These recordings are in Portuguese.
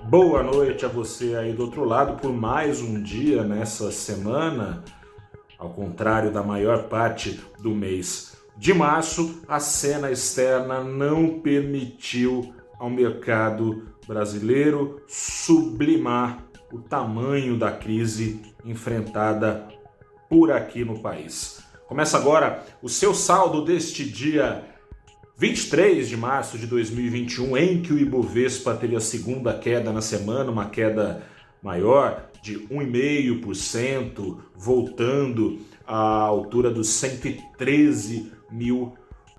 Boa noite a você aí do outro lado por mais um dia nessa semana. Ao contrário da maior parte do mês de março, a cena externa não permitiu ao mercado brasileiro sublimar o tamanho da crise enfrentada por aqui no país. Começa agora o seu saldo deste dia 23 de março de 2021, em que o Ibovespa teve a segunda queda na semana, uma queda maior de 1,5%, voltando à altura dos 113 mil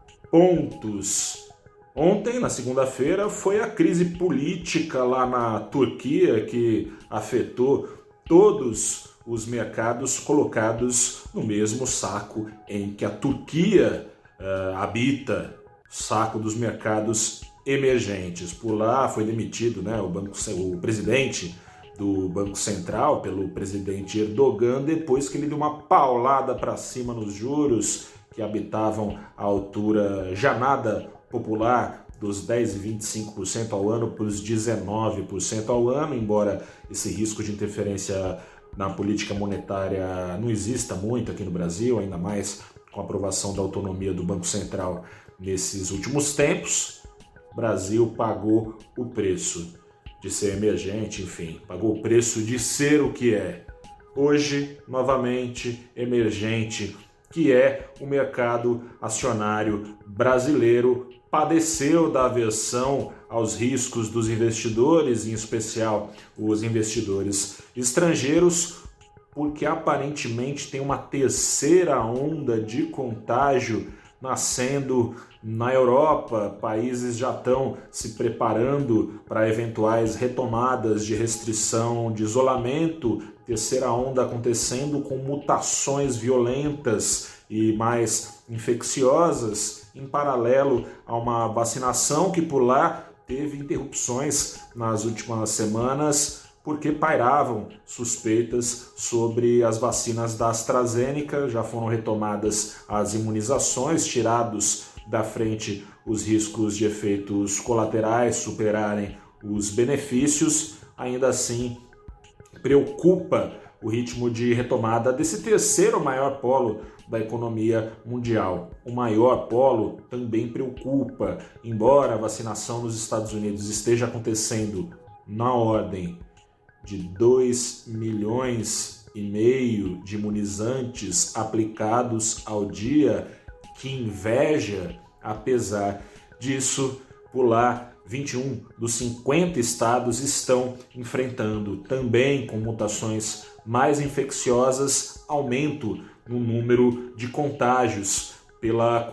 pontos. Ontem, na segunda-feira, foi a crise política lá na Turquia que afetou todos os mercados colocados no mesmo saco em que a Turquia habita, saco dos mercados emergentes. Por lá foi demitido, o presidente do Banco Central pelo presidente Erdogan, depois que ele deu uma paulada para cima nos juros que habitavam a altura já nada popular dos 10 e 25% ao ano para os 19% ao ano, embora esse risco de interferência na política monetária não exista muito aqui no Brasil, ainda mais com a aprovação da autonomia do Banco Central nesses últimos tempos. O Brasil pagou o preço de ser emergente, enfim, pagou o preço de ser o que é. Hoje, novamente, emergente, que é o mercado acionário brasileiro, padeceu da aversão aos riscos dos investidores, em especial os investidores estrangeiros, porque aparentemente tem uma terceira onda de contágio nascendo na Europa. Países já estão se preparando para eventuais retomadas de restrição, de isolamento. Terceira onda acontecendo com mutações violentas e mais infecciosas, em paralelo a uma vacinação que por lá teve interrupções nas últimas semanas, porque pairavam suspeitas sobre as vacinas da AstraZeneca. Já foram retomadas as imunizações, tirados da frente os riscos de efeitos colaterais superarem os benefícios. Ainda assim, preocupa o ritmo de retomada desse terceiro maior polo da economia mundial. O maior polo também preocupa, embora a vacinação nos Estados Unidos esteja acontecendo na ordem de 2,5 milhões de imunizantes aplicados ao dia. Que inveja! Apesar disso, por lá, 21 dos 50 estados estão enfrentando, também com mutações mais infecciosas, aumento no número de contágios pela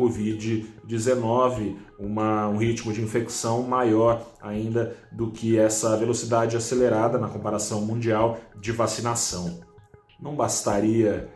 Covid-19, um ritmo de infecção maior ainda do que essa velocidade acelerada na comparação mundial de vacinação. Não bastaria,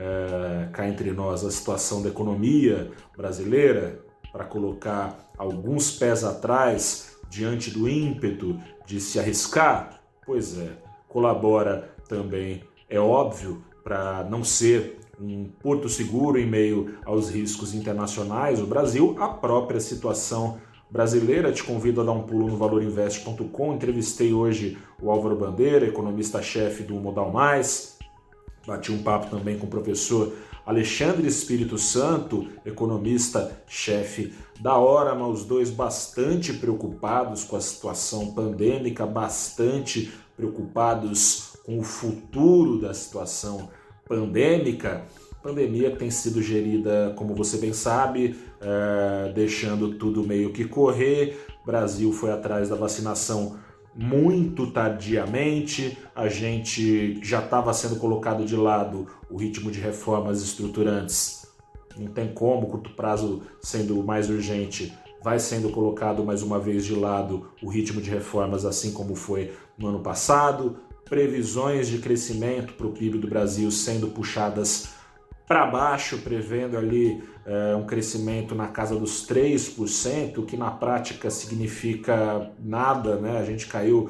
cá entre nós, a situação da economia brasileira para colocar alguns pés atrás diante do ímpeto de se arriscar? Pois é, colabora também, é óbvio, para não ser um porto seguro em meio aos riscos internacionais, o Brasil, a própria situação brasileira. Te convido a dar um pulo no valorinvest.com. Entrevistei hoje o Álvaro Bandeira, economista-chefe do Modal Mais. Bati um papo também com o professor Alexandre Espírito Santo, economista-chefe da Orama, os dois bastante preocupados com a situação pandêmica, bastante preocupados com o futuro da situação pandemia que tem sido gerida, como você bem sabe, deixando tudo meio que correr. O Brasil foi atrás da vacinação muito tardiamente, a gente já estava sendo colocado de lado o ritmo de reformas estruturantes. Não tem como, curto prazo sendo mais urgente, vai sendo colocado mais uma vez de lado o ritmo de reformas, assim como foi no ano passado. Previsões de crescimento para o PIB do Brasil sendo puxadas para baixo, prevendo ali um crescimento na casa dos 3%, o que na prática significa nada, né? A gente caiu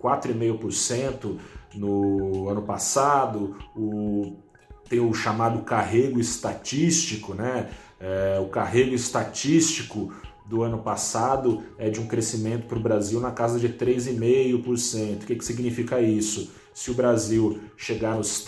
4,5% no ano passado, tem o chamado carrego estatístico, né? O carrego estatístico do ano passado é de um crescimento para o Brasil na casa de 3,5%. O que significa isso? Se o Brasil chegar nos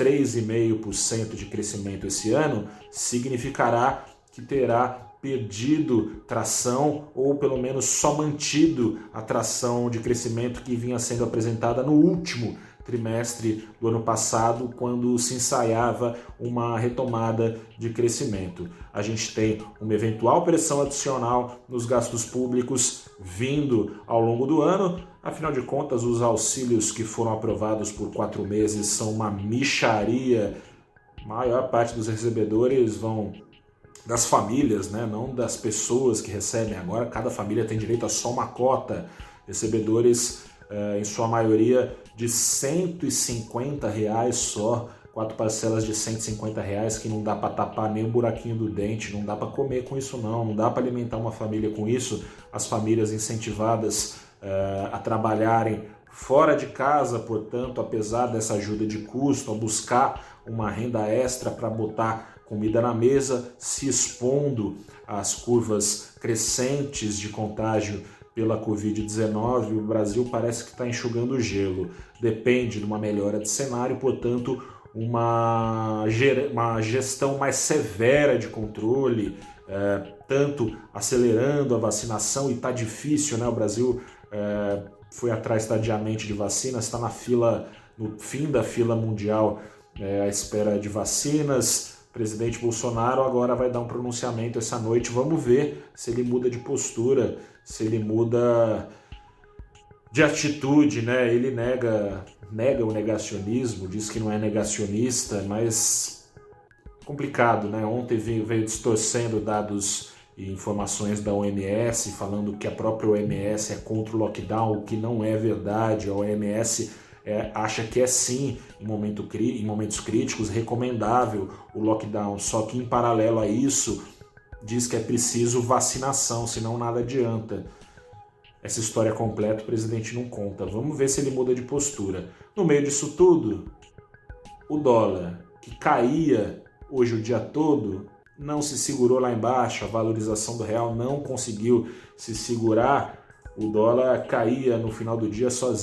3,5% de crescimento esse ano, significará que terá perdido tração ou pelo menos só mantido a tração de crescimento que vinha sendo apresentada no último trimestre do ano passado, quando se ensaiava uma retomada de crescimento. A gente tem uma eventual pressão adicional nos gastos públicos vindo ao longo do ano. Afinal de contas, os auxílios que foram aprovados por 4 meses são uma mixaria. A maior parte dos recebedores vão das famílias, né? Não das pessoas que recebem agora. Cada família tem direito a só uma cota. Recebedores, em sua maioria, de R$ 150 só, 4 parcelas de R$ 150 que não dá para tapar nem o buraquinho do dente, não dá para comer com isso não dá para alimentar uma família com isso. As famílias incentivadas a trabalharem fora de casa, portanto, apesar dessa ajuda de custo, a buscar uma renda extra para botar comida na mesa, se expondo às curvas crescentes de contágio pela Covid-19, o Brasil parece que está enxugando o gelo. Depende de uma melhora de cenário, portanto, uma gestão mais severa de controle, tanto acelerando a vacinação, e está difícil, né? O Brasil foi atrás tardiamente de vacinas, está na fila, no fim da fila mundial, à espera de vacinas. O presidente Bolsonaro agora vai dar um pronunciamento essa noite. Vamos ver se ele muda de postura, se ele muda de atitude, né? Ele nega o negacionismo, diz que não é negacionista, mas complicado, né? Ontem veio distorcendo dados e informações da OMS, falando que a própria OMS é contra o lockdown, o que não é verdade. A OMS acha que é sim, em momentos críticos, recomendável o lockdown, só que em paralelo a isso, diz que é preciso vacinação, senão nada adianta. Essa história completa o presidente não conta. Vamos ver se ele muda de postura. No meio disso tudo, o dólar, que caía hoje o dia todo, não se segurou lá embaixo, a valorização do real não conseguiu se segurar. O dólar caía no final do dia só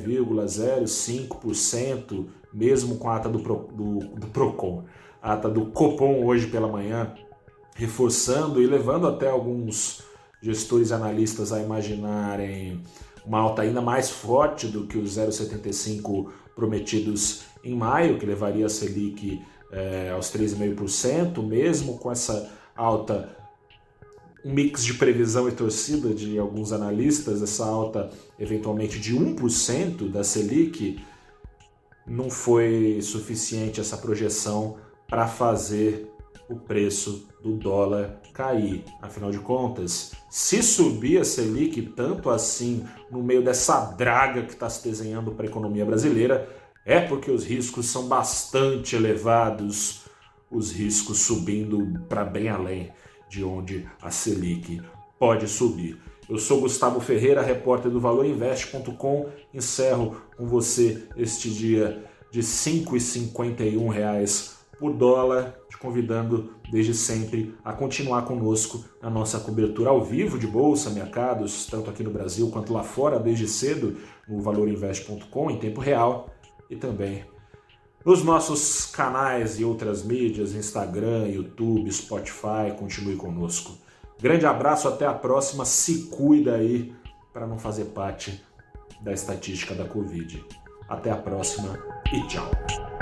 0,05%, mesmo com a ata do Procon, a ata do Copom hoje pela manhã, reforçando e levando até alguns gestores e analistas a imaginarem uma alta ainda mais forte do que os 0,75% prometidos em maio, que levaria a Selic aos 3,5%, mesmo com essa alta, um mix de previsão e torcida de alguns analistas, essa alta eventualmente de 1% da Selic, não foi suficiente essa projeção para fazer o preço do dólar cair. Afinal de contas, se subir a Selic tanto assim no meio dessa draga que está se desenhando para a economia brasileira, é porque os riscos são bastante elevados, os riscos subindo para bem além de onde a Selic pode subir. Eu sou Gustavo Ferreira, repórter do ValorInvest.com. Encerro com você este dia de R$ 5,51 por dólar, te convidando desde sempre a continuar conosco na nossa cobertura ao vivo de bolsa, mercados, tanto aqui no Brasil quanto lá fora, desde cedo, no ValorInvest.com, em tempo real, e também nos nossos canais e outras mídias, Instagram, YouTube, Spotify. Continue conosco. Grande abraço, até a próxima. Se cuida aí para não fazer parte da estatística da Covid. Até a próxima e tchau.